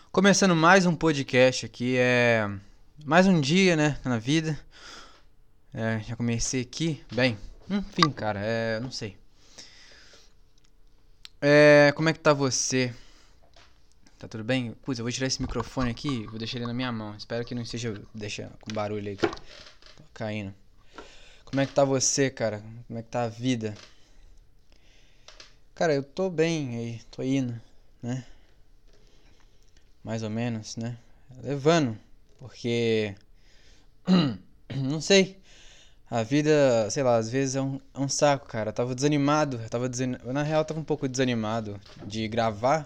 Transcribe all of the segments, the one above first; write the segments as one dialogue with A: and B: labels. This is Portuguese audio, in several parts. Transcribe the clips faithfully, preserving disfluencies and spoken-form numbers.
A: Começando mais um podcast aqui, é mais um dia, né, na vida. É, já comecei aqui, bem, enfim, cara, é, não sei. É, como é que tá você? Tá tudo bem? Putz, eu vou tirar esse microfone aqui, vou deixar ele na minha mão. Espero que não esteja deixa com barulho aí caindo. Como é que tá você, cara? Como é que tá a vida? Cara, eu tô bem aí, tô indo, né? Mais ou menos, né? Levando, porque não sei. A vida, sei lá, às vezes é um, é um saco, cara. Eu tava desanimado, eu tava desan... eu, na real, tava um pouco desanimado de gravar,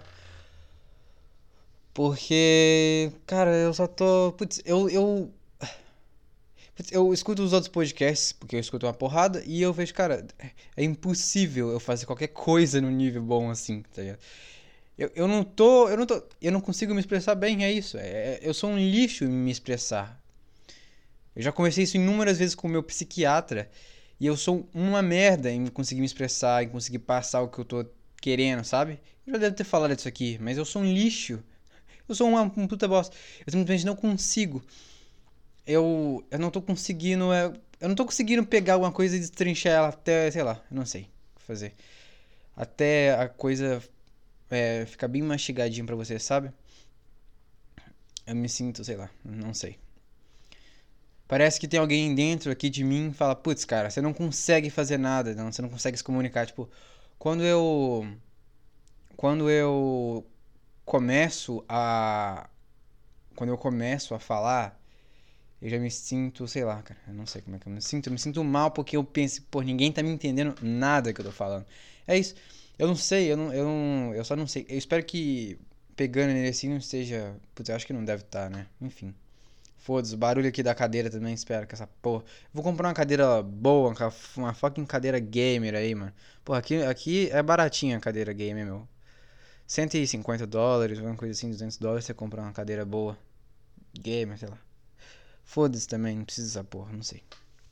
A: porque, cara, eu só tô, putz, eu, eu, putz, eu escuto os outros podcasts, porque eu escuto uma porrada, e eu vejo, cara, é impossível eu fazer qualquer coisa no nível bom assim, tá ligado? Eu, eu não tô, eu não tô, eu não consigo me expressar bem, é isso. É, eu sou um lixo em me expressar. Eu já conversei isso inúmeras vezes com o meu psiquiatra. E eu sou uma merda em conseguir me expressar, em conseguir passar o que eu tô querendo, sabe? Eu já devo ter falado disso aqui, mas eu sou um lixo. Eu sou uma, um puta bosta. Eu simplesmente não consigo. Eu, eu não tô conseguindo. É, eu não tô conseguindo pegar alguma coisa e destrinchar ela até, sei lá, eu não sei o que fazer. Até a coisa é, ficar bem mastigadinho pra você, sabe? Eu me sinto, sei lá, não sei. Parece que tem alguém dentro aqui de mim que fala, putz, cara, você não consegue fazer nada, não, você não consegue se comunicar. Tipo, quando eu. Quando eu começo a. Quando eu começo a falar, eu já me sinto, sei lá, cara, eu não sei como é que eu me sinto. Eu me sinto mal porque eu penso, pô, ninguém tá me entendendo nada que eu tô falando. É isso. Eu não sei, eu não. Eu, não, eu só não sei. Eu espero que pegando nele assim não esteja. Putz, eu acho que não deve estar, né? Enfim. Foda-se, o barulho aqui da cadeira também, espero que essa porra. Vou comprar uma cadeira boa, uma fucking cadeira gamer aí, mano. Porra, aqui, aqui é baratinha a cadeira gamer, meu. cento e cinquenta dólares, uma coisa assim, duzentos dólares, você compra uma cadeira boa. Gamer, sei lá. Foda-se também, não precisa dessa porra, não sei.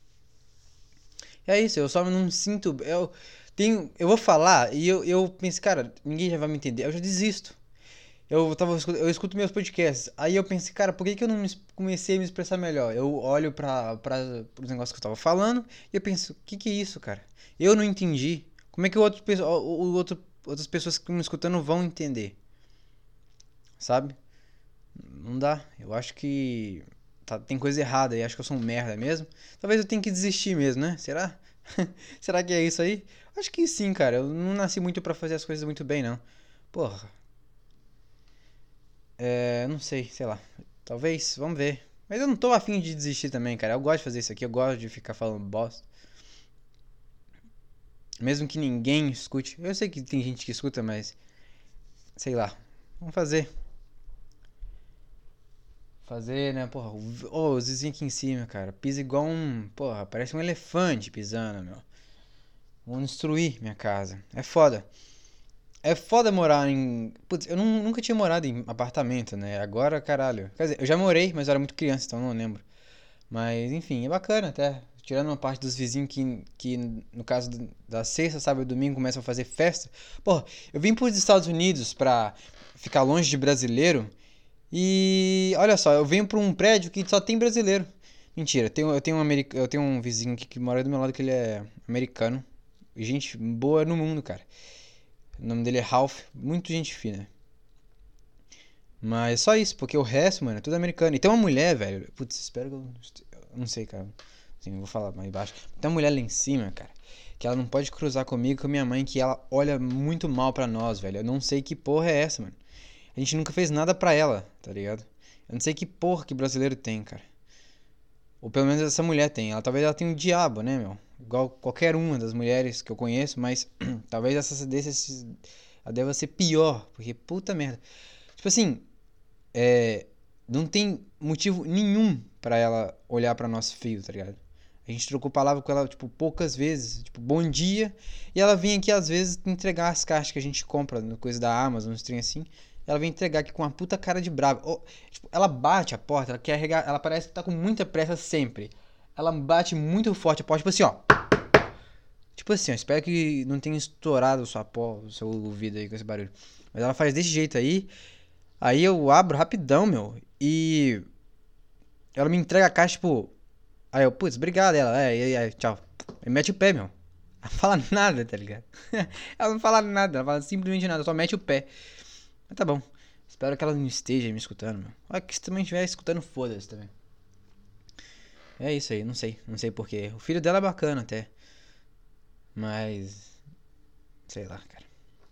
A: É isso, eu só não sinto. Eu tenho. Eu vou falar e eu, eu penso, cara, ninguém já vai me entender. Eu já desisto. Eu, tava, eu escuto meus podcasts. Aí eu pensei, cara, por que, que eu não me, comecei a me expressar melhor? Eu olho pra, pra, pros negócios que eu tava falando e eu penso, o que, que é isso, cara? Eu não entendi. Como é que o outro, o, o outro, outras pessoas que estão me escutando vão entender? Sabe? Não dá. Eu acho que tá, tem coisa errada aí. Acho que eu sou um merda mesmo. Talvez eu tenha que desistir mesmo, né? Será? Será que é isso aí? Acho que sim, cara. Eu não nasci muito pra fazer as coisas muito bem, não. Porra, é, não sei, sei lá. Talvez, vamos ver. Mas eu não tô afim de desistir também, cara. Eu gosto de fazer isso aqui, eu gosto de ficar falando bosta. Mesmo que ninguém escute. Eu sei que tem gente que escuta, mas. Sei lá. Vamos fazer. Fazer, né? Porra, o oh, os vizinhos aqui em cima, cara. Pisa igual um. Porra, parece um elefante pisando, meu. Vão destruir minha casa. É foda. É foda morar em. Putz, eu não- nunca tinha morado em apartamento, né? Agora, caralho. Quer dizer, eu já morei, mas eu era muito criança, então eu não lembro. Mas, enfim, é bacana até. Tirando uma parte dos vizinhos que, que no caso da sexta, sábado e domingo, começam a fazer festa. Pô, eu vim pros Estados Unidos pra ficar longe de brasileiro. E olha só, eu venho pra um prédio que só tem brasileiro. Mentira, eu tenho, eu tenho, um, america, eu tenho um vizinho aqui que mora do meu lado que ele é americano. Gente boa no mundo, cara. O nome dele é Ralph. Muito gente fina. Mas só isso, porque o resto, mano, é tudo americano. E tem uma mulher, velho. Putz, espero que eu. Eu não sei, cara. Assim, eu vou falar mais baixo. Tem uma mulher lá em cima, cara. Que ela não pode cruzar comigo com a minha mãe, que ela olha muito mal pra nós, velho. Eu não sei que porra é essa, mano. A gente nunca fez nada pra ela, tá ligado? Eu não sei que porra que brasileiro tem, cara. Ou pelo menos essa mulher tem. Ela talvez ela tenha um diabo, né, meu? Igual qualquer uma das mulheres que eu conheço, mas talvez essa desse ela deva ser pior, porque puta merda. Tipo assim, é, não tem motivo nenhum pra ela olhar pra nosso feio, tá ligado? A gente trocou palavra com ela, tipo, poucas vezes. Tipo, bom dia. E ela vem aqui, às vezes, entregar as caixas que a gente compra, no coisa da Amazon, uns trem assim. Ela vem entregar aqui com uma puta cara de brava. Oh, tipo, ela bate a porta, ela quer arregar, ela parece que tá com muita pressa sempre. Ela bate muito forte a porta, tipo assim, ó. Tipo assim, ó, espero que não tenha estourado sua porta, o seu ouvido aí com esse barulho. Mas ela faz desse jeito aí. Aí eu abro rapidão, meu, e ela me entrega a caixa, tipo. Aí eu, putz, obrigado, ela, é, é, é, tchau. Aí mete o pé, meu. Ela não fala nada, tá ligado? Ela não fala nada, ela fala simplesmente nada, só mete o pé. Mas tá bom. Espero que ela não esteja me escutando, meu. Olha que se também estiver escutando, foda-se também. É isso aí, não sei, não sei porquê. O filho dela é bacana até. Mas. Sei lá, cara.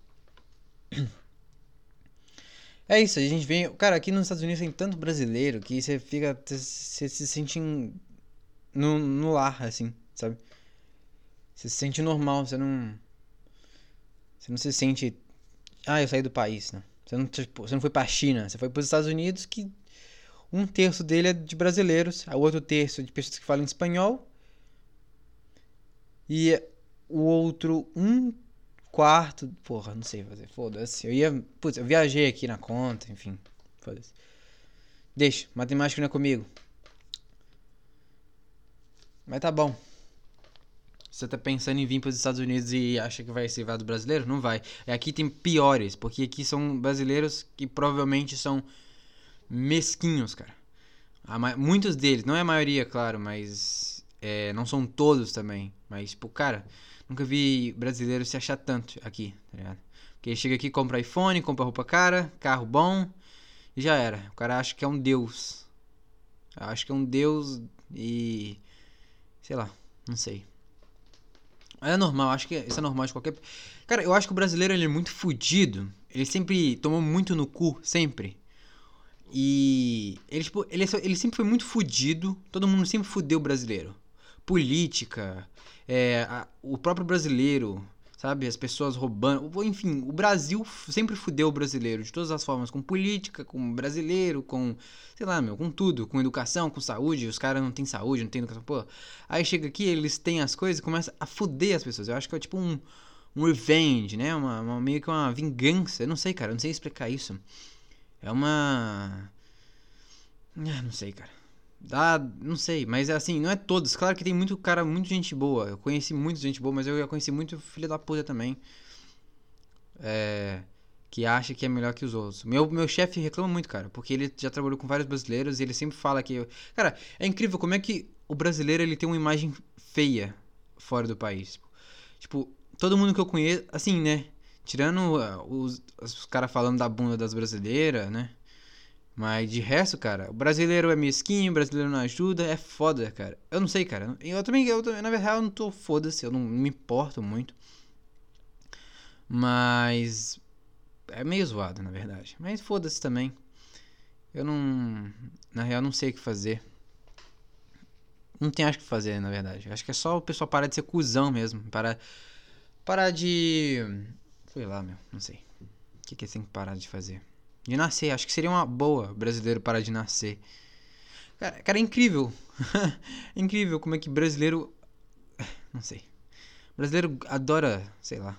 A: É isso, a gente vem. Cara, aqui nos Estados Unidos tem tanto brasileiro que você fica. Você se sente em- no, no lar, assim, sabe? Você se sente normal, você não. Você não se sente. Ah, eu saí do país, não. Você não, tipo, você não foi pra China, você foi pros Estados Unidos, que um terço dele é de brasileiros, o outro terço de pessoas que falam espanhol, e o outro um quarto. Porra, não sei fazer, foda-se. Eu ia. Putz, eu viajei aqui na conta, enfim, foda-se. Deixa, matemática não é comigo. Mas tá bom. Você tá pensando em vir para os Estados Unidos e acha que vai ser vado brasileiro? Não vai. É, aqui tem piores, porque aqui são brasileiros que provavelmente são mesquinhos, cara. A ma- Muitos deles, não é a maioria, claro, mas é, não são todos também. Mas, tipo, cara, nunca vi brasileiro se achar tanto aqui, tá ligado? Porque chega aqui, compra iPhone, compra roupa cara, carro bom e já era. O cara acha que é um deus. Acha que é um deus e. Sei lá, não sei. Mas é normal, acho que isso é normal de qualquer. Cara, eu acho que o brasileiro ele é muito fudido. Ele sempre tomou muito no cu, sempre. E ele, tipo, ele, é só- ele sempre foi muito fudido. Todo mundo sempre fudeu o brasileiro. Política, é, a- o próprio brasileiro, sabe? As pessoas roubando. o- Enfim, o Brasil f- sempre fudeu o brasileiro de todas as formas. Com política, com brasileiro, com. Sei lá, meu, com tudo. Com educação, com saúde. Os caras não têm saúde, não têm educação. Pô. Aí chega aqui, eles têm as coisas e começa a fuder as pessoas. Eu acho que é tipo um. Um revenge, né? Uma, uma- meio que uma vingança. Eu não sei, cara. Eu não sei explicar isso. É uma. Ah, não sei, cara. Dá, não sei, mas é assim, não é todos. Claro que tem muito cara, muito gente boa. Eu conheci muita gente boa, mas eu já conheci muito filho da puta também. É, que acha que é melhor que os outros. Meu, meu chefe reclama muito, cara, porque ele já trabalhou com vários brasileiros e ele sempre fala que. Cara, é incrível como é que o brasileiro ele tem uma imagem feia fora do país. Tipo, todo mundo que eu conheço, assim, né? Tirando uh, os, os caras falando da bunda das brasileiras, né? Mas de resto, cara, o brasileiro é mesquinho, o brasileiro não ajuda, é foda, cara. Eu não sei, cara. Eu também, eu, também- na verdade, eu não tô foda-se, eu não me importo muito. Mas é meio zoado, na verdade. Mas foda-se também. Eu não. Na real, não sei o que fazer. Não tem acho o que fazer, na verdade. Acho que é só o pessoal parar de ser cuzão mesmo. Parar, parar de. Sei lá, meu. Não sei. O que, que eles têm que parar de fazer? De nascer. Acho que seria uma boa brasileiro parar de nascer. Cara, cara, é incrível. É incrível como é que brasileiro. Não sei. Brasileiro adora, sei lá.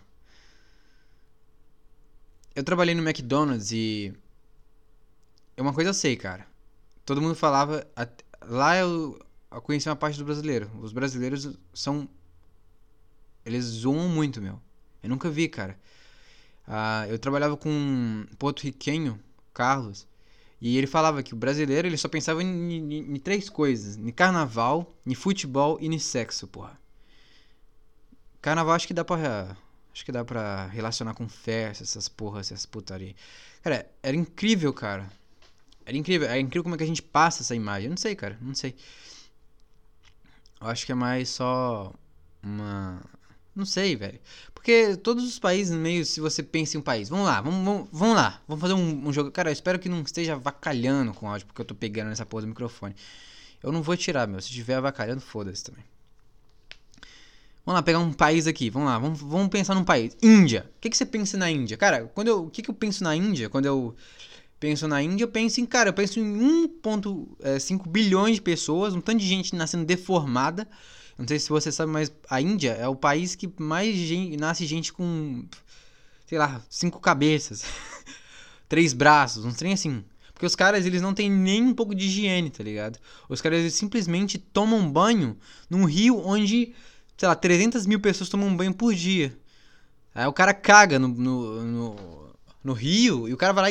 A: Eu trabalhei no McDonald's e. É uma coisa eu sei, cara. Todo mundo falava. at- Lá eu, eu conheci uma parte do brasileiro. Os brasileiros são. Eles zoam muito, meu. Eu nunca vi, cara. Ah, eu trabalhava com um porto-riquenho, Carlos. E ele falava que o brasileiro ele só pensava em, em- em três coisas: em carnaval, em futebol e em sexo, porra. Carnaval acho que dá pra. Acho que dá pra relacionar com festa, essas porras, essas putaria. Cara, era incrível, cara. Era incrível. É incrível como é que a gente passa essa imagem. Eu não sei, cara. Não sei. Eu acho que é mais só uma. Não sei, velho. Porque todos os países, meio, se você pensa em um país. Vamos lá, vamos, vamos, vamos lá. Vamos fazer um, um jogo. Cara, eu espero que não esteja avacalhando com o áudio, porque eu tô pegando nessa porra do microfone. Eu não vou tirar, meu. Se estiver avacalhando, foda-se também. Vamos lá, pegar um país aqui. Vamos lá, vamos, vamos pensar num país. Índia. O que, que você pensa na Índia? Cara, quando eu, o que, que eu penso na Índia? Quando eu penso na Índia, eu penso em, cara, eu penso em um vírgula cinco bilhões de pessoas, um tanto de gente nascendo deformada. Não sei se você sabe, mas a Índia é o país que mais gente, nasce gente com, sei lá, cinco cabeças, três braços, uns trem assim. Porque os caras, eles não têm nem um pouco de higiene, tá ligado? Os caras, eles simplesmente tomam banho num rio onde, sei lá, trezentas mil pessoas tomam banho por dia. Aí o cara caga no, no, no, no rio e o cara vai lá e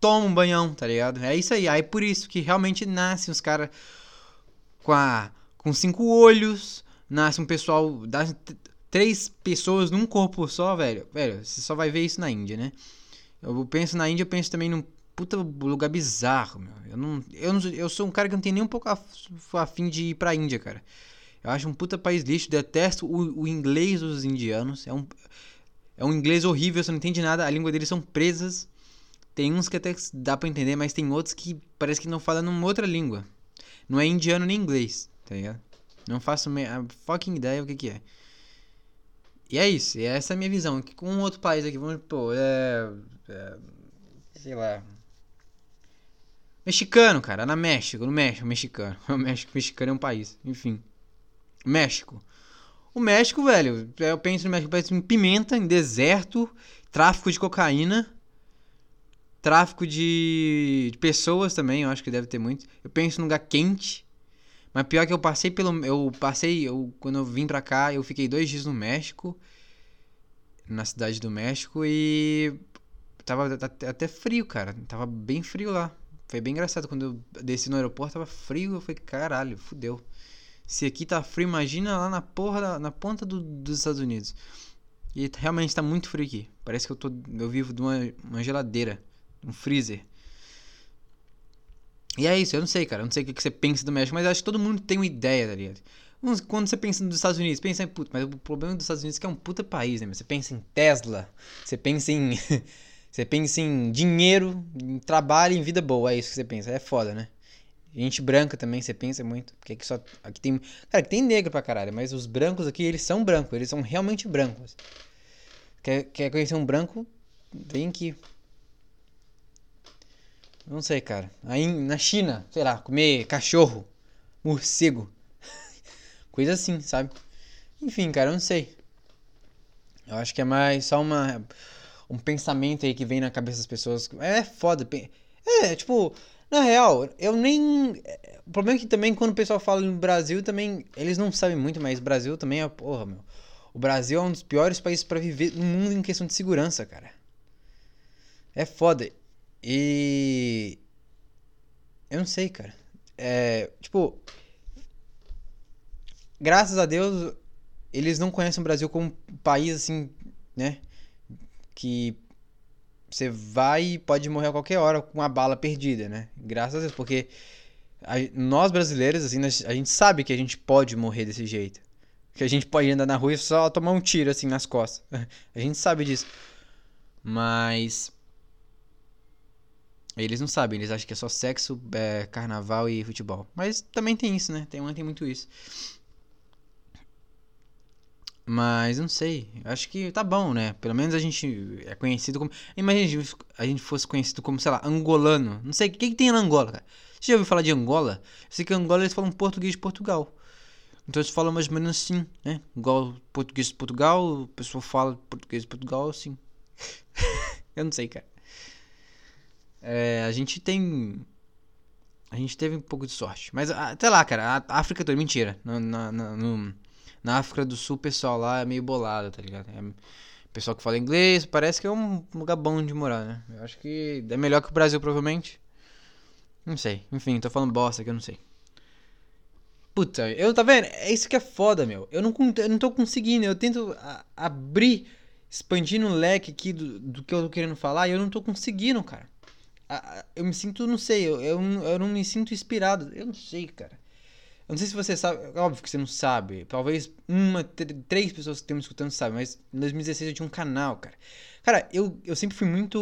A: toma um banhão, tá ligado? É isso aí. Aí por isso que realmente nascem os caras com, a, com cinco olhos, nasce um pessoal, das três pessoas num corpo só, velho. Velho, você só vai ver isso na Índia, né? Eu penso na Índia, eu penso também num puta lugar bizarro, meu. Eu não, eu não, eu sou um cara que não tem nem um pouco afim de ir pra Índia, cara. Eu acho um puta país lixo, detesto o, o inglês dos indianos. É um, é um inglês horrível, você não entende nada, a língua deles são presas. Tem uns que até dá pra entender, mas tem outros que parece que não falam numa outra língua. Não é indiano nem inglês, tá ligado? Não faço a fucking ideia o que que é. E é isso, e essa é a minha visão. Com um outro país aqui, vamos, pô, é, é sei lá. Mexicano, cara, na México, no México, mexicano. O México, mexicano é um país, enfim. México. O México, velho, eu penso no México, penso em pimenta, em deserto, tráfico de cocaína, tráfico de, de pessoas também, eu acho que deve ter muito. Eu penso num lugar quente, mas pior que eu passei pelo, eu passei, eu, quando eu vim pra cá, eu fiquei dois dias no México, na cidade do México, e tava até frio, cara, tava bem frio lá. Foi bem engraçado, quando eu desci no aeroporto, tava frio, eu falei, caralho, fudeu. Se aqui tá frio, imagina lá na porra, da, na ponta do, dos Estados Unidos. E realmente tá muito frio aqui. Parece que eu tô, eu vivo de uma, uma geladeira, um freezer. E é isso, eu não sei, cara. Eu não sei o que você pensa do México, mas eu acho que todo mundo tem uma ideia, tá ligado? Quando você pensa nos Estados Unidos, pensa em puta, mas o problema dos Estados Unidos é que é um puta país, né? Você pensa em Tesla, você pensa em. Você pensa em dinheiro, em trabalho, em vida boa. É isso que você pensa. É foda, né? Gente branca também, você pensa muito. Porque aqui só. Aqui tem. Cara, aqui tem negro pra caralho, mas os brancos aqui, eles são brancos. Eles são realmente brancos. Quer, quer conhecer um branco? Vem aqui. Não sei, cara. Aí na China, sei lá, comer cachorro, morcego. Coisa assim, sabe? Enfim, cara, eu não sei. Eu acho que é mais só uma. Um pensamento aí que vem na cabeça das pessoas. É foda. É, tipo, na real, eu nem. O problema é que também quando o pessoal fala no Brasil, também. Eles não sabem muito, mas o Brasil também é. Porra, meu. O Brasil é um dos piores países pra viver no mundo em questão de segurança, cara. É foda. E. Eu não sei, cara. É. Tipo. Graças a Deus, eles não conhecem o Brasil como um país assim, né? Que você vai e pode morrer a qualquer hora com uma bala perdida, né? Graças a Deus, porque a, nós brasileiros, assim, a gente sabe que a gente pode morrer desse jeito. Que a gente pode andar na rua e só tomar um tiro, assim, nas costas. A gente sabe disso. Mas eles não sabem, eles acham que é só sexo, é, carnaval e futebol. Mas também tem isso, né? Tem, tem muito isso. Mas não sei, acho que tá bom, né? Pelo menos a gente é conhecido como. Imagina se a gente fosse conhecido como, sei lá, angolano. Não sei, o que, que tem na Angola, cara? Você já ouviu falar de Angola? Eu sei que Angola eles falam português de Portugal. Então eles falam mais ou menos assim, né? Igual português de Portugal, o pessoal fala português de Portugal assim. Eu não sei, cara. É, a gente tem. A gente teve um pouco de sorte. Mas até lá, cara, a África toda. Mentira. Na, na, na, no, na África do Sul, o pessoal lá é meio bolado, tá ligado? É, o pessoal que fala inglês, parece que é um lugar bom de morar, né? Eu acho que é melhor que o Brasil, provavelmente. Não sei. Enfim, tô falando bosta que eu não sei. Puta, eu tá vendo? É isso que é foda, meu. Eu não, eu não tô conseguindo. Eu tento a, abrir, expandindo o leque aqui do, do que eu tô querendo falar e eu não tô conseguindo, cara. Eu me sinto, não sei, eu, eu, eu não me sinto inspirado. Eu não sei, cara. Eu não sei se você sabe, óbvio que você não sabe. Talvez uma, três pessoas que estão me escutando sabem, mas em dois mil e dezesseis eu tinha um canal, cara. Cara, eu, eu sempre fui muito.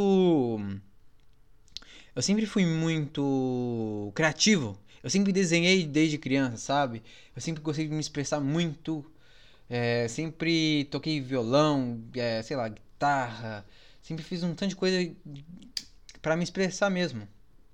A: Eu sempre fui muito criativo. Eu sempre desenhei desde criança, sabe? Eu sempre gostei de me expressar muito. É, sempre toquei violão, é, sei lá, guitarra. Sempre fiz um tanto de coisa pra me expressar mesmo.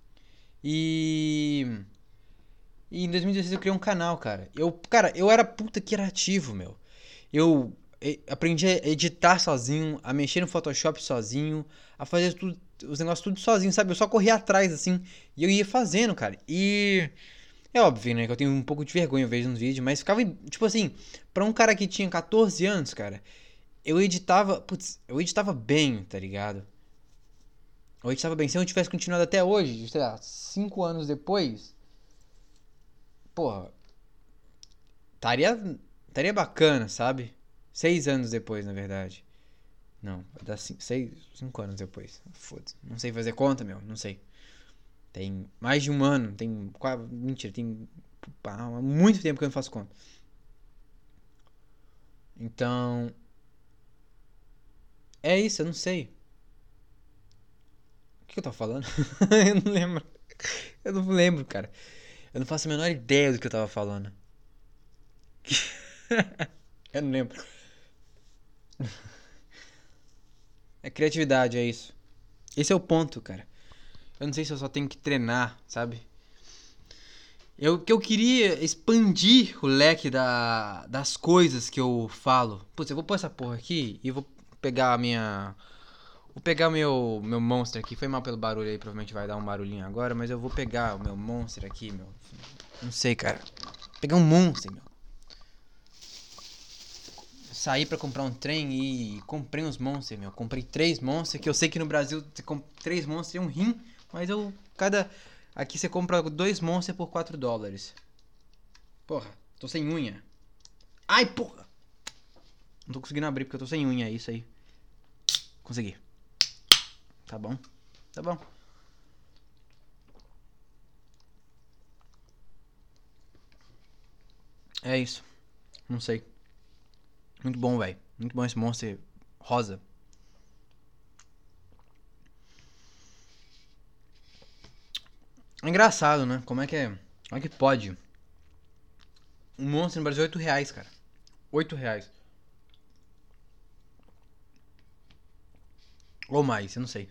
A: E... e em dois mil e dezesseis eu criei um canal, cara. Eu, cara, eu era puta criativo, meu. Eu aprendi a editar sozinho, a mexer no Photoshop sozinho, a fazer tudo, os negócios tudo sozinho, sabe? Eu só corria atrás, assim, e eu ia fazendo, cara. E é óbvio, né, que eu tenho um pouco de vergonha, eu vejo nos vídeos, mas ficava, tipo assim, pra um cara que tinha catorze anos, cara, eu editava, putz, eu editava bem, tá ligado? Hoje tava bem. Se eu tivesse continuado até hoje, sei lá, cinco anos depois, porra, estaria, estaria bacana, sabe? Seis anos depois, na verdade. Não, vai dar cinco, seis, cinco anos depois. Foda-se. Não sei fazer conta, meu. Não sei. Tem mais de um ano. Tem quase. Mentira, tem há muito tempo que eu não faço conta. Então. É isso, eu não sei. O que eu tava falando? Eu não lembro. Eu não lembro, cara. Eu não faço a menor ideia do que eu tava falando. Eu não lembro. É criatividade, é isso. Esse é o ponto, cara. Eu não sei se eu só tenho que treinar, sabe? Eu que eu queria expandir o leque da, das coisas que eu falo. Putz, eu vou pôr essa porra aqui e vou pegar a minha. Vou pegar o meu, meu monster aqui. Foi mal pelo barulho aí, provavelmente vai dar um barulhinho agora, mas eu vou pegar o meu monster aqui, meu. Não sei, cara. Vou pegar um monster, meu. Saí pra comprar um trem e comprei uns monsters, meu. Comprei três monsters, que eu sei que no Brasil você compra três monsters e um rim, mas eu. Cada. Aqui você compra dois monsters por quatro dólares. Porra, tô sem unha. Ai, porra! Não tô conseguindo abrir porque eu tô sem unha, é isso aí. Consegui. Tá bom? Tá bom. É isso. Não sei. Muito bom, velho. Muito bom esse monster rosa. É engraçado, né? Como é que é? Como é que pode? Um monstro no Brasil é oito reais, cara. Oito reais. Ou mais, eu não sei.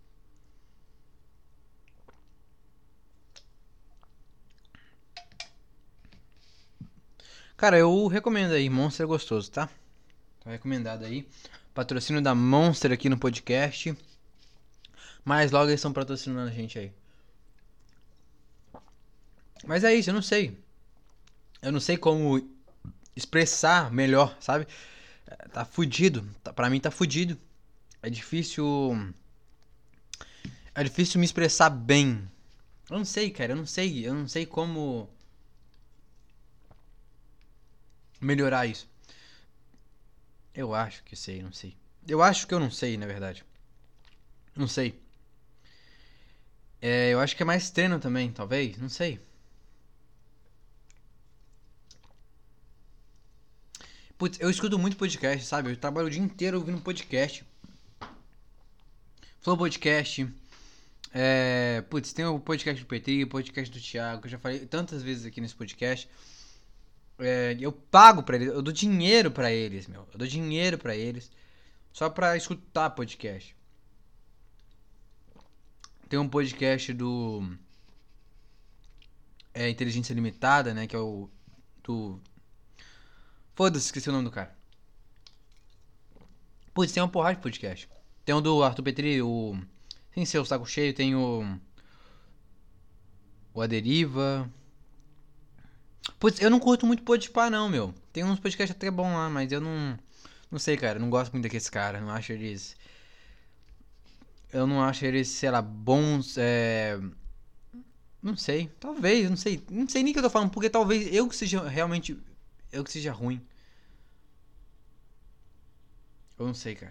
A: Cara, eu recomendo aí. Monster é gostoso, tá? Tá recomendado aí. Patrocínio da Monster aqui no podcast. Mas logo eles estão patrocinando a gente aí. Mas é isso, eu não sei. Eu não sei como expressar melhor, sabe? Tá fudido. Tá, pra mim tá fudido. É difícil. É difícil me expressar bem. Eu não sei, cara. Eu não sei. Eu não sei como melhorar isso. Eu acho que sei, não sei. Eu acho que eu não sei, na verdade. Não sei. É, eu acho que é mais treino também, talvez. Não sei. Putz, eu escuto muito podcast, sabe? Eu trabalho o dia inteiro ouvindo podcast. Flow Podcast. É, putz, tem o podcast do Petri, o podcast do Thiago, que eu já falei tantas vezes aqui nesse podcast. É, eu pago pra eles, eu dou dinheiro pra eles, meu. Eu dou dinheiro pra eles só pra escutar podcast. Tem um podcast do é, Inteligência Limitada, né? Que é o do. Foda-se, esqueci o nome do cara. Putz, tem uma porrada de podcast. Tem um do Arthur Petri, o. Sem ser o Saco Cheio, tem o. O A Deriva. Putz, eu não curto muito Podpah, não, meu. Tem uns podcasts até bons lá, mas eu não. Não sei, cara. Não gosto muito daqueles caras. Não acho eles. Eu não acho eles, sei lá, bons. É. Não sei. Talvez, não sei. Não sei nem o que eu tô falando, porque talvez eu que seja realmente. Eu que seja ruim. Eu não sei, cara.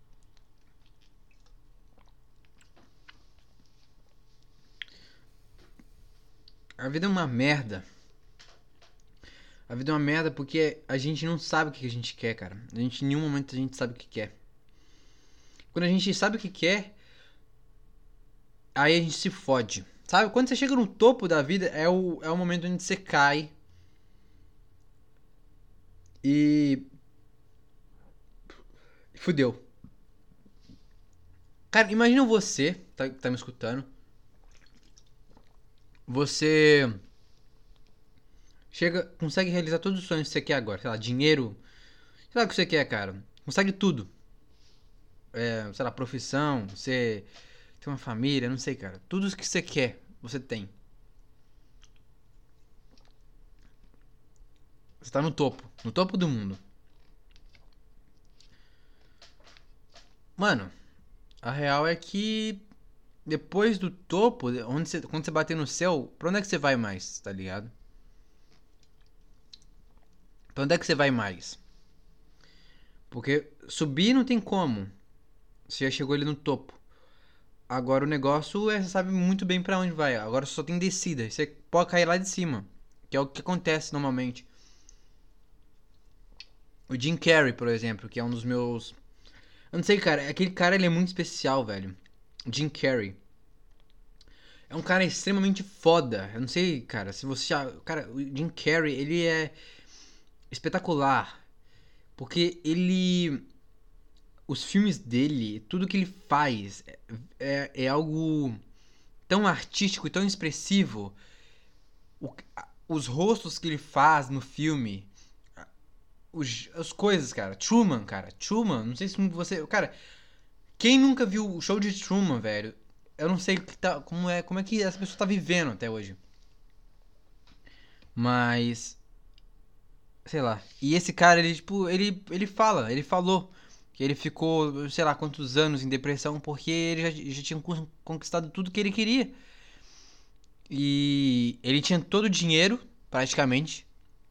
A: A vida é uma merda. A vida é uma merda porque a gente não sabe o que a gente quer, cara. A gente, em nenhum momento a gente sabe o que quer. Quando a gente sabe o que quer, aí a gente se fode. Sabe? Quando você chega no topo da vida, é o, é o momento onde você cai. E. Fudeu. Cara, imagina você, tá, tá me escutando. Você. Chega, consegue realizar todos os sonhos que você quer agora. Sei lá, dinheiro. Sei lá o que você quer, cara. Consegue tudo. É, sei lá, profissão. Você tem uma família, não sei, cara. Tudo o que você quer, você tem. Você tá no topo. No topo do mundo. Mano, a real é que depois do topo, onde você, quando você bater no céu, pra onde é que você vai mais, tá ligado? Pra onde é que você vai mais? Porque subir não tem como. Você já chegou ali no topo. Agora o negócio é, você sabe muito bem pra onde vai. Agora só tem descida. Você pode cair lá de cima. Que é o que acontece normalmente. O Jim Carrey, por exemplo, que é um dos meus. Eu não sei, cara. Aquele cara ele é muito especial, velho. Jim Carrey. É um cara extremamente foda. Eu não sei, cara, se você já. Cara, o Jim Carrey, ele é espetacular. Porque ele. Os filmes dele, tudo que ele faz é, é, é algo tão artístico e tão expressivo. O- os rostos que ele faz no filme. Os, as coisas, cara. Truman, cara. Truman, não sei se você. Cara, quem nunca viu o show de Truman, velho? Eu não sei que tá, como, é, como é que essa pessoa tá vivendo até hoje. Mas. Sei lá. E esse cara, ele, tipo, ele, ele fala, ele falou que ele ficou, sei lá, quantos anos em depressão porque ele já, já tinha conquistado tudo que ele queria. E ele tinha todo o dinheiro, praticamente.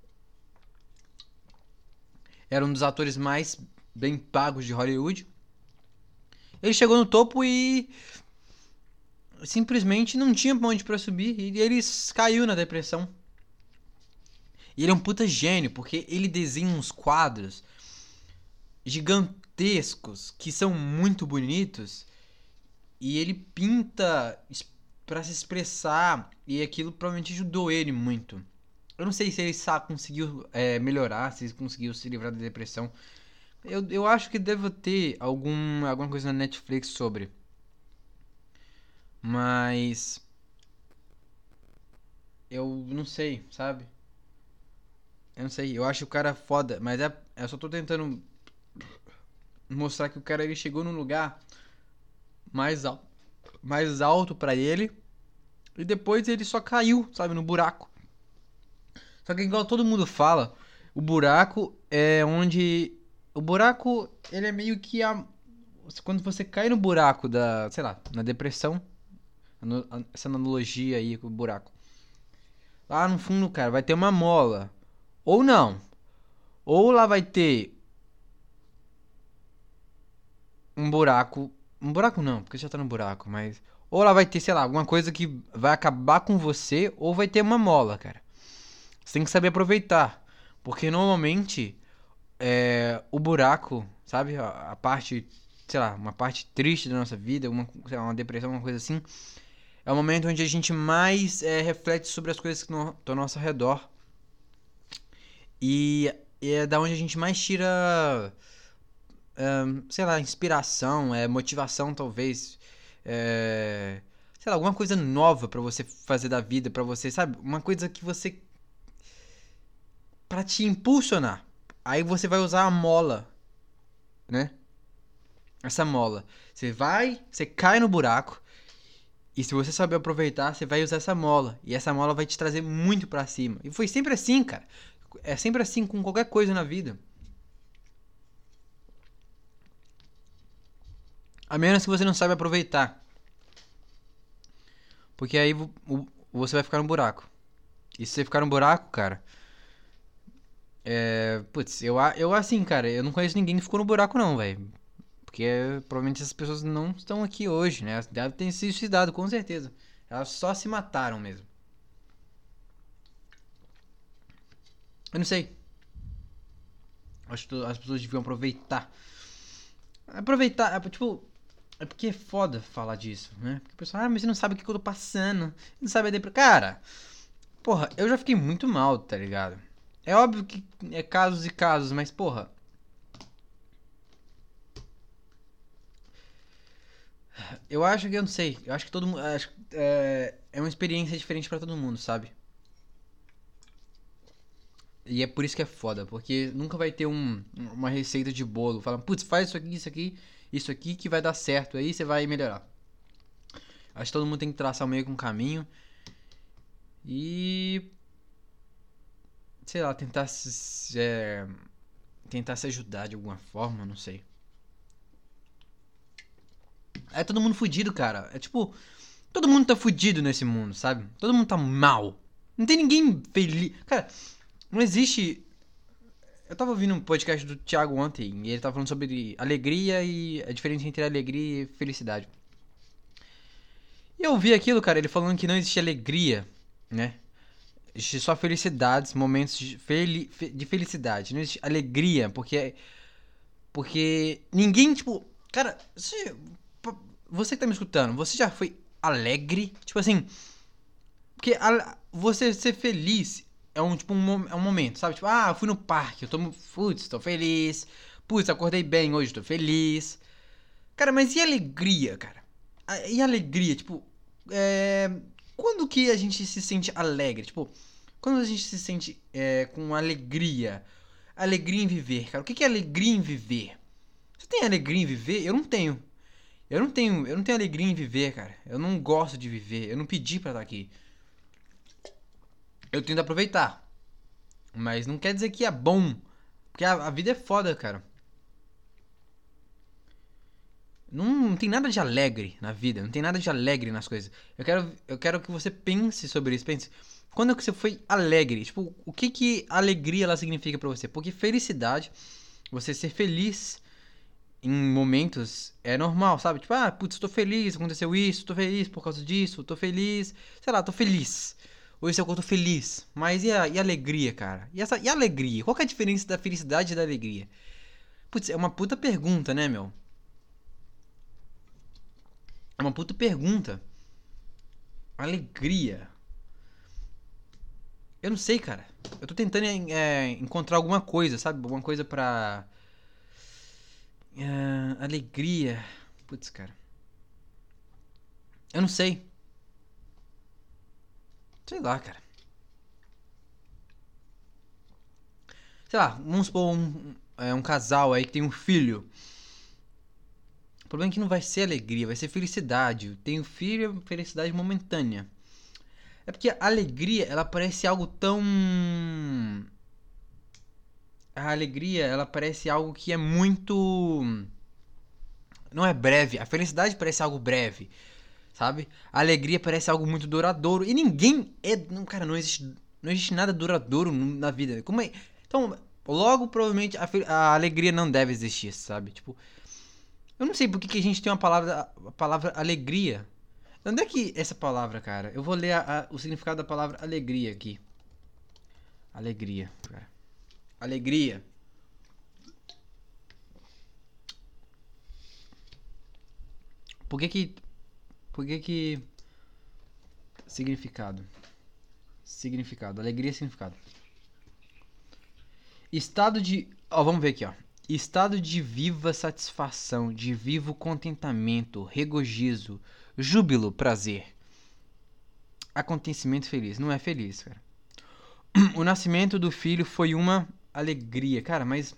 A: Era um dos atores mais bem pagos de Hollywood. Ele chegou no topo e simplesmente não tinha onde pra subir. E ele caiu na depressão. E ele é um puta gênio, porque ele desenha uns quadros gigantescos que são muito bonitos. E ele pinta pra se expressar. E aquilo provavelmente ajudou ele muito. Eu não sei se ele sabe, conseguiu é, melhorar, se ele conseguiu se livrar da depressão. Eu, eu acho que deve ter algum, alguma coisa na Netflix sobre. Mas. Eu não sei, sabe? Eu não sei. Eu acho o cara foda. Mas é, eu só tô tentando mostrar que o cara ele chegou num lugar mais, al mais alto pra ele. E depois ele só caiu, sabe? No buraco. Só que igual todo mundo fala, o buraco é onde. O buraco, ele é meio que a. Quando você cai no buraco da. Sei lá, na depressão. Essa analogia aí com o buraco. Lá no fundo, cara, vai ter uma mola. Ou não. Ou lá vai ter um buraco. Um buraco não, porque já tá no buraco, mas. Ou lá vai ter, sei lá, alguma coisa que vai acabar com você, ou vai ter uma mola, cara. Você tem que saber aproveitar. Porque normalmente é, o buraco, sabe? A, a parte, sei lá, uma parte triste da nossa vida, uma, sei lá, uma depressão, uma coisa assim. É o momento onde a gente mais é, reflete sobre as coisas que estão ao nosso redor. E, e é da onde a gente mais tira, é, sei lá, inspiração, é, motivação talvez. É, sei lá, alguma coisa nova pra você fazer da vida, pra você, sabe? Uma coisa que você pra te impulsionar. Aí você vai usar a mola, né? Essa mola. Você vai, você cai no buraco. E se você saber aproveitar, você vai usar essa mola. E essa mola vai te trazer muito pra cima. E foi sempre assim, cara. É sempre assim com qualquer coisa na vida. A menos que você não saiba aproveitar. Porque aí você vai ficar no buraco. E se você ficar no buraco, cara. É. Putz, eu, eu assim, cara, eu não conheço ninguém que ficou no buraco, não, velho. Porque provavelmente essas pessoas não estão aqui hoje, né? Elas devem ter se suicidado, com certeza. Elas só se mataram mesmo. Eu não sei. Acho que as pessoas deviam aproveitar. Aproveitar, é, tipo. É porque é foda falar disso, né? Porque o pessoal, ah, mas você não sabe o que eu tô passando. Não sabe a depressão. Cara, porra, eu já fiquei muito mal, tá ligado? É óbvio que é casos e casos, mas porra. Eu acho que eu não sei. Eu acho que todo mundo. Acho, é, é uma experiência diferente pra todo mundo, sabe? E é por isso que é foda, porque nunca vai ter um, uma receita de bolo. Fala, putz, faz isso aqui, isso aqui, isso aqui que vai dar certo. Aí você vai melhorar. Acho que todo mundo tem que traçar meio que um caminho. E. Sei lá, tentar se. É, tentar se ajudar de alguma forma, não sei. É todo mundo fudido, cara. É tipo, todo mundo tá fudido nesse mundo, sabe? Todo mundo tá mal. Não tem ninguém feliz. Cara, não existe. Eu tava ouvindo um podcast do Thiago ontem e ele tava falando sobre alegria e a diferença entre alegria e felicidade. E eu vi aquilo, cara, ele falando que não existe alegria, né? Existe só felicidades, momentos de, fel de felicidade. Não existe alegria, porque. Porque ninguém, tipo. Cara, você, você que tá me escutando, você já foi alegre? Tipo assim. Porque a, você ser feliz é um, tipo, um, é um momento, sabe? Tipo, ah, eu fui no parque, eu tô. Putz, tô feliz. Putz, acordei bem hoje, tô feliz. Cara, mas e alegria, cara? E alegria, tipo. É. Quando que a gente se sente alegre? Tipo, quando a gente se sente é, com alegria. Alegria em viver, cara. O que é alegria em viver? Você tem alegria em viver? Eu não tenho. Eu não tenho, eu não tenho alegria em viver, cara. Eu não gosto de viver. Eu não pedi pra estar aqui. Eu tento aproveitar. Mas não quer dizer que é bom. Porque a, a vida é foda, cara. Não, não tem nada de alegre na vida. Não tem nada de alegre nas coisas. Eu quero, eu quero que você pense sobre isso. Pense. Quando é que você foi alegre? Tipo, o que que alegria ela significa pra você? Porque felicidade, você ser feliz em momentos é normal, sabe? Tipo, ah, putz, tô feliz, aconteceu isso, tô feliz por causa disso, tô feliz, sei lá, tô feliz. Ou isso é o que eu tô feliz. Mas e a, e a alegria, cara? E, essa, e a alegria? Qual que é a diferença da felicidade e da alegria? Putz, é uma puta pergunta, né, meu? É uma puta pergunta. Alegria. Eu não sei, cara. Eu tô tentando é, encontrar alguma coisa, sabe? Alguma coisa pra. É, alegria. Putz, cara. Eu não sei. Sei lá, cara. Sei lá, vamos supor um, é, um casal aí que tem um filho. O problema é que não vai ser alegria, vai ser felicidade. Tem um filho, felicidade momentânea. É porque a alegria, ela parece algo tão. A alegria, ela parece algo que é muito. Não é breve. A felicidade parece algo breve, sabe? A alegria parece algo muito duradouro. E ninguém é. Não, cara, não existe, não existe nada duradouro na vida. Como é? Então, logo, provavelmente, a, a alegria não deve existir, sabe? Tipo. Eu não sei por que, que a gente tem uma palavra. A palavra alegria. Onde é que essa palavra, cara? Eu vou ler a, a, o significado da palavra alegria aqui. Alegria, cara. Alegria. Por que que. Por que que. Significado. Significado. Alegria é significado. Estado de. Ó, vamos ver aqui, ó. Estado de viva satisfação, de vivo contentamento, regozijo, júbilo, prazer. Acontecimento feliz. Não é feliz, cara. O nascimento do filho foi uma alegria. Cara, mas.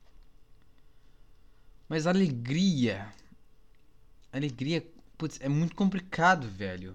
A: Mas alegria. Alegria. Putz, é muito complicado, velho.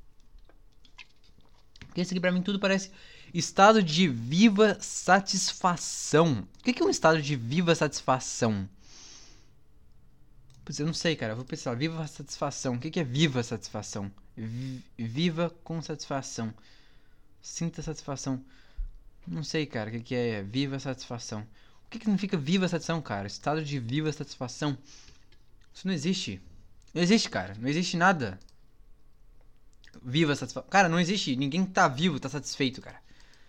A: Porque isso aqui pra mim tudo parece. Estado de viva satisfação. O que é um estado de viva satisfação? Putz, eu não sei, cara. Eu vou pensar. Viva satisfação. O que é viva satisfação? Viva com satisfação. Sinta satisfação. Não sei, cara. O que é viva satisfação? O que significa viva satisfação, cara? Estado de viva satisfação. Isso não existe. Não existe, cara. Não existe nada. Viva satisfação. Cara, não existe. Ninguém que tá vivo tá satisfeito, cara.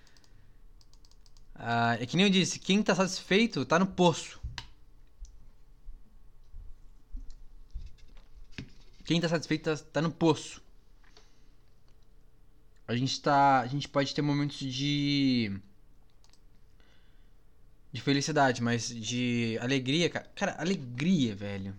A: Ah, é que nem eu disse. Quem tá satisfeito tá no poço. Quem tá satisfeito tá, tá no poço. A gente tá. A gente pode ter momentos de. De felicidade, mas de alegria, cara. Cara, alegria, velho.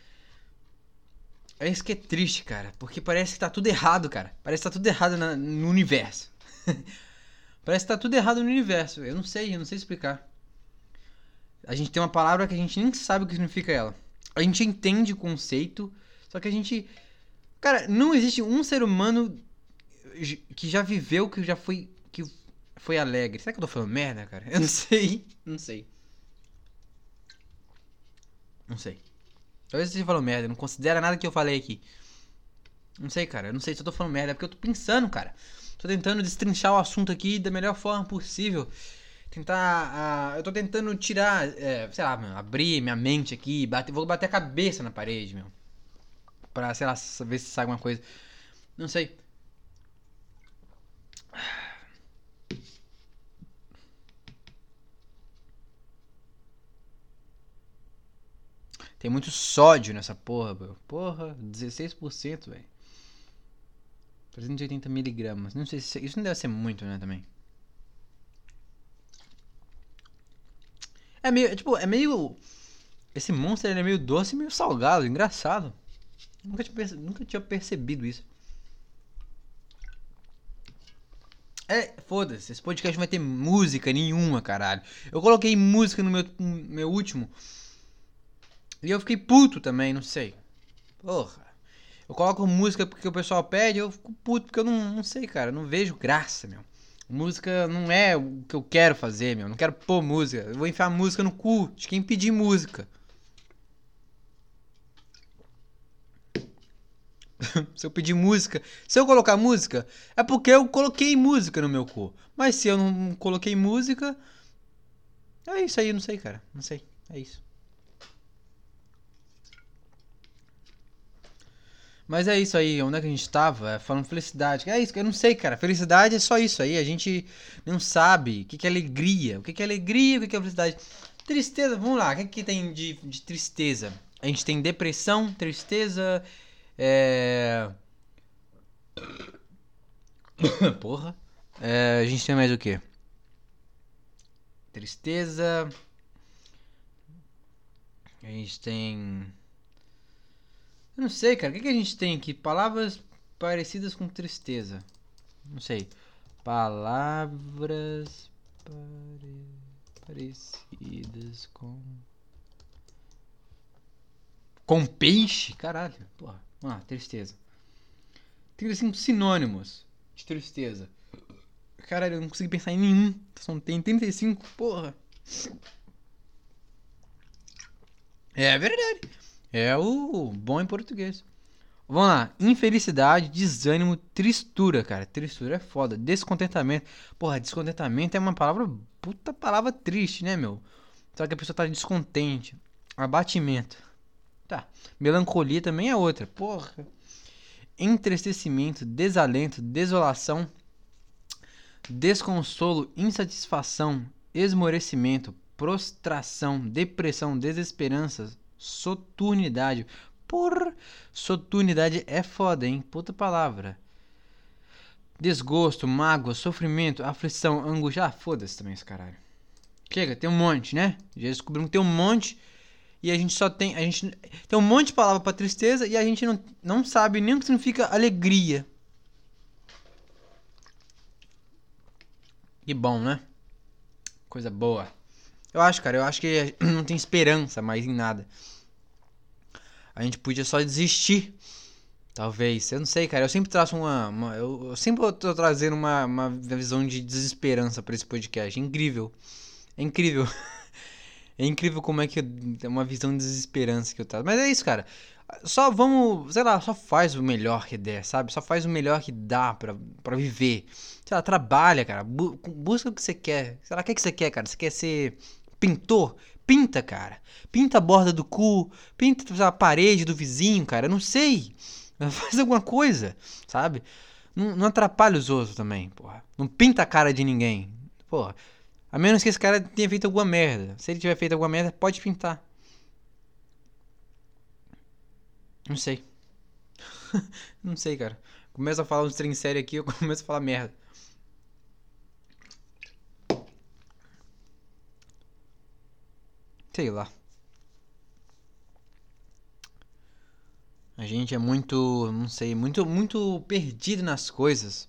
A: É isso que é triste, cara. Porque parece que tá tudo errado, cara. Parece que tá tudo errado na, no universo. Parece que tá tudo errado no universo. Eu não sei, eu não sei explicar. A gente tem uma palavra que a gente nem sabe o que significa ela. A gente entende o conceito, só que a gente. Cara, não existe um ser humano que já viveu, que já foi. Que foi alegre. Será que eu tô falando merda, cara? Eu não sei. Não sei. Não sei. Talvez você falou merda, não considera nada que eu falei aqui. Não sei, cara, eu não sei se eu tô falando merda, é porque eu tô pensando, cara. Tô tentando destrinchar o assunto aqui da melhor forma possível. Tentar. Uh, eu tô tentando tirar, é, sei lá, meu, abrir minha mente aqui, bater, vou bater a cabeça na parede, meu. Pra, sei lá, ver se sai alguma coisa. Não sei. Tem muito sódio nessa porra, meu. Porra, dezesseis por cento, velho. trezentos e oitenta miligramas. Não sei se isso não deve ser muito, né, também. É meio, é, tipo, é meio... Esse monstro ele é meio doce e meio salgado, engraçado. Nunca tinha, perce... Nunca tinha percebido isso. É, foda-se, esse podcast não vai ter música nenhuma, caralho. Eu coloquei música no meu, no meu último. E eu fiquei puto também, não sei. Porra. Eu coloco música porque o pessoal pede, eu fico puto porque eu não, não sei, cara. Eu não vejo graça, meu. Música não é o que eu quero fazer, meu. Não quero pôr música. Eu vou enfiar música no cu de quem pedir música. Se eu pedir música, se eu colocar música, é porque eu coloquei música no meu cu. Mas se eu não coloquei música, é isso aí, não sei, cara. Não sei, é isso. Mas é isso aí, onde é que a gente tava? Falando felicidade. É isso, eu não sei, cara. Felicidade é só isso aí. A gente não sabe o que, que é alegria. O que, que é alegria, o que, que é felicidade. Tristeza, vamos lá. O que, que tem de, de tristeza? A gente tem depressão, tristeza. É. Porra. É, a gente tem mais o que? Tristeza. A gente tem. Eu não sei, cara. O que, que a gente tem aqui? Palavras parecidas com tristeza. Não sei. Palavras pare... parecidas com. Com peixe? Caralho. Porra. Ah, tristeza. trinta e cinco sinônimos de tristeza. Caralho, eu não consegui pensar em nenhum. Só tem trinta e cinco. Porra. É verdade. É o bom em português. Vamos lá. Infelicidade, desânimo, tristura, cara. Tristura é foda. Descontentamento. Porra, descontentamento é uma palavra. Puta palavra triste, né, meu? Só que a pessoa tá descontente. Abatimento. Tá. Melancolia também é outra. Porra. Entristecimento, desalento, desolação, desconsolo, insatisfação, esmorecimento, prostração, depressão, desesperança, soturnidade. Porra, soturnidade é foda, hein? Puta palavra. Desgosto, mágoa, sofrimento, aflição, angústia. Ah, foda-se também esse caralho. Chega, tem um monte, né? Já descobrimos que tem um monte. E a gente só tem. A gente tem um monte de palavra pra tristeza e a gente não, não sabe nem o que significa alegria. Que bom, né? Coisa boa. Eu acho, cara, eu acho que não tem esperança mais em nada. A gente podia só desistir. Talvez. Eu não sei, cara. Eu sempre traço uma. uma eu, eu sempre tô trazendo uma, uma visão de desesperança pra esse podcast. Incrível. É incrível. É incrível como é que é uma visão de desesperança que eu trago. Mas é isso, cara. Só vamos, sei lá, só faz o melhor que der, sabe? Só faz o melhor que dá pra, pra viver. Sei lá, trabalha, cara. Bu- busca o que você quer. Sei lá, o que, é que você quer, cara? Você quer ser pintor? Pinta, cara. Pinta a borda do cu. Pinta sei lá, a parede do vizinho, cara. Eu não sei. Faz alguma coisa, sabe? Não, não atrapalha os outros também, porra. Não pinta a cara de ninguém. Porra. A menos que esse cara tenha feito alguma merda. Se ele tiver feito alguma merda, pode pintar. Não sei. Não sei, cara. Começa a falar uns trem sério aqui, eu começo a falar merda. Sei lá. A gente é muito, não sei, muito, muito perdido nas coisas.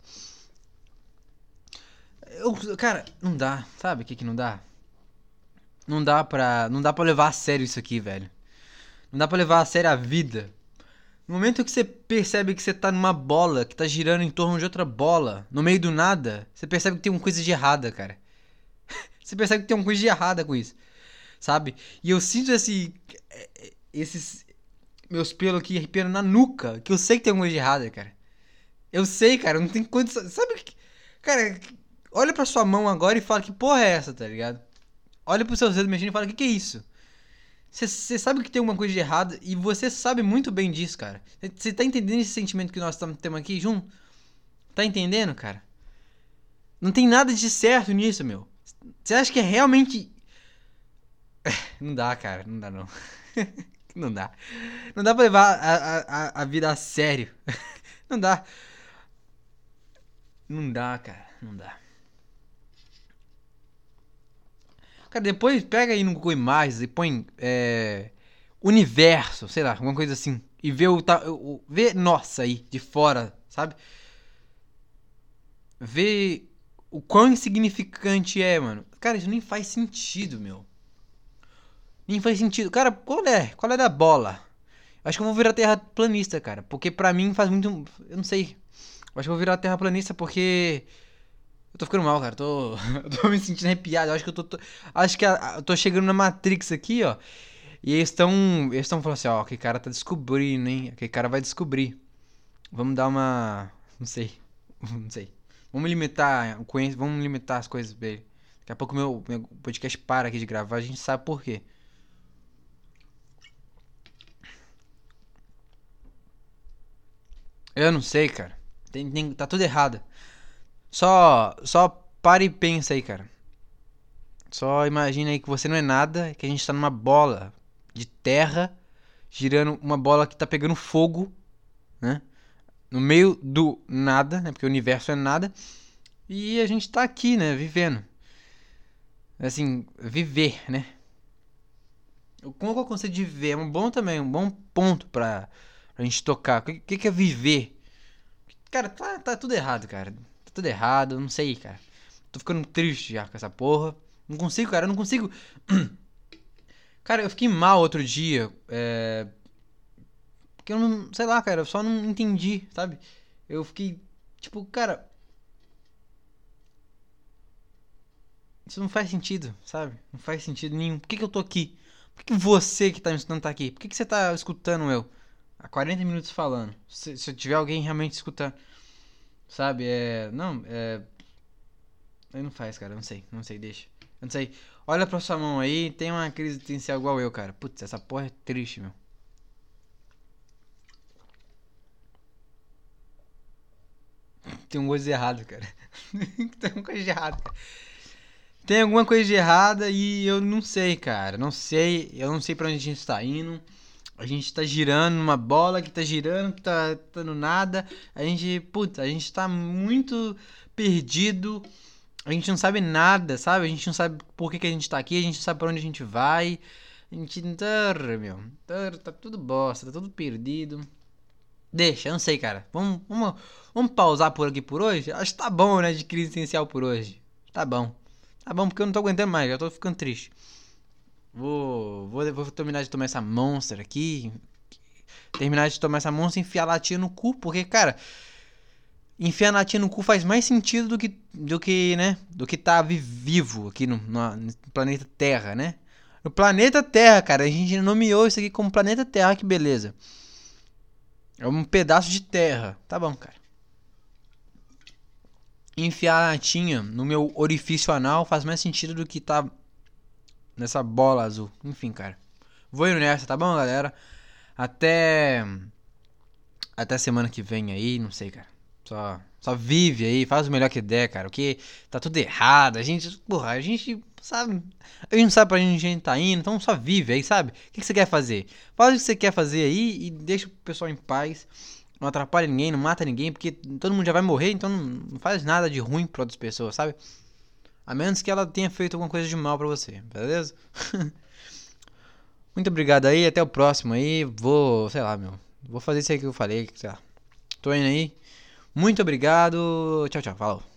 A: Eu, cara, não dá. Sabe o que que não dá? Não dá pra, não dá pra levar a sério isso aqui, velho. Não dá pra levar a sério a vida. No momento que você percebe que você tá numa bola, que tá girando em torno de outra bola, no meio do nada, você percebe que tem uma coisa de errada, cara. Você percebe que tem uma coisa de errada com isso, sabe? E eu sinto esse, esses, meus pelos aqui arrepiando na nuca, que eu sei que tem alguma coisa de errada, cara. Eu sei, cara, não tem condição. Sabe o que. Cara, olha pra sua mão agora e fala que porra é essa, tá ligado? Olha pros seus dedos mexendo e fala: que que é isso? Você sabe que tem alguma coisa de errado e você sabe muito bem disso, cara. Você tá entendendo esse sentimento que nós temos aqui junto? Tá entendendo, cara? Não tem nada de certo nisso, meu. Você acha que é realmente. Não dá, cara. Não dá, não. Não dá. Não dá pra levar a, a, a vida a sério. Não dá. Não dá, cara. Não dá. Cara, depois pega aí no Google Imagens e põe é, universo, sei lá, alguma coisa assim. E vê o, o. Vê nossa aí, de fora, sabe? Vê o quão insignificante é, mano. Cara, isso nem faz sentido, meu. Nem faz sentido. Cara, qual é? Qual é da bola? Acho que eu vou virar terraplanista, cara. Porque pra mim faz muito. Eu não sei. Acho que eu vou virar terraplanista porque. Eu tô ficando mal, cara. Tô, eu tô me sentindo arrepiado. Eu acho que eu tô. tô... Acho que a... eu tô chegando na Matrix aqui, ó. E eles estão. Eles estão falando assim, ó, aquele cara tá descobrindo, hein? Aquele cara vai descobrir. Vamos dar uma. Não sei. Não sei. Vamos limitar o conhecimento. Vamos limitar as coisas dele. Daqui a pouco meu, meu podcast para aqui de gravar, a gente sabe por quê. Eu não sei, cara. Tem, tem, tá tudo errado. Só, só para e pensa aí, cara. Só imagina aí que você não é nada, que a gente tá numa bola de terra, girando uma bola que tá pegando fogo, né? No meio do nada, né? Porque o universo é nada. E a gente tá aqui, né? Vivendo. Assim, viver, né? Como é o conceito de viver? É um bom também, um bom ponto pra, pra gente tocar. O que, que é viver? Cara, tá, tá tudo errado, cara. Tá tudo errado, não sei, cara. Tô ficando triste já com essa porra. Não consigo, cara, eu não consigo. Cara, eu fiquei mal outro dia. É. Porque eu não. Sei lá, cara, eu só não entendi, sabe? Eu fiquei. Tipo, cara. Isso não faz sentido, sabe? Não faz sentido nenhum. Por que, que eu tô aqui? Por que, que você que tá me escutando tá aqui? Por que, que você tá escutando eu? Há quarenta minutos falando. Se, se tiver alguém realmente escutando. Sabe? É. Não, é. Aí não faz, cara. Eu não sei. Não sei, deixa. Eu não sei. Olha pra sua mão aí. Tem uma crise existencial igual eu, cara. Putz, essa porra é triste, meu. Tem um coisa de errado, cara. Tem alguma coisa de errado, cara. Tem alguma coisa de errada e eu não sei, cara. Não sei. Eu não sei pra onde a gente tá indo. A gente tá girando numa bola que tá girando, que tá, tá no nada. A gente, puta, a gente tá muito perdido. A gente não sabe nada, sabe? A gente não sabe por que, que a gente tá aqui, a gente não sabe pra onde a gente vai. A gente não tá, meu. Tá, tá tudo bosta, tá tudo perdido. Deixa, eu não sei, cara. Vamos, vamos, vamos pausar por aqui por hoje? Acho que tá bom, né? De crise essencial por hoje. Tá bom. Tá bom, porque eu não tô aguentando mais, já tô ficando triste. Vou, vou, vou terminar de tomar essa Monster aqui. Terminar de tomar essa Monster e enfiar a latinha no cu. Porque, cara, enfiar a latinha no cu faz mais sentido do que, do que né? Do que tá vivo aqui no, no, no planeta Terra, né? No planeta Terra, cara. A gente nomeou isso aqui como planeta Terra, que beleza. É um pedaço de terra. Tá bom, cara. Enfiar a latinha no meu orifício anal faz mais sentido do que tá nessa bola azul. Enfim, cara. Vou indo nessa, tá bom, galera? Até. Até semana que vem aí, não sei, cara. Só, só vive aí, faz o melhor que der, cara. Porque tá tudo errado. A gente, porra, a gente sabe. A gente não sabe pra onde a gente tá indo, então só vive aí, sabe? O que, que você quer fazer? Faz o que você quer fazer aí e deixa o pessoal em paz. Não atrapalha ninguém, não mata ninguém, porque todo mundo já vai morrer, então não faz nada de ruim pra outras pessoas, sabe? A menos que ela tenha feito alguma coisa de mal pra você, beleza? Muito obrigado aí, até o próximo aí. Vou, sei lá, meu. Vou fazer isso aí que eu falei, sei lá. Tô indo aí. Muito obrigado. Tchau, tchau. Falou.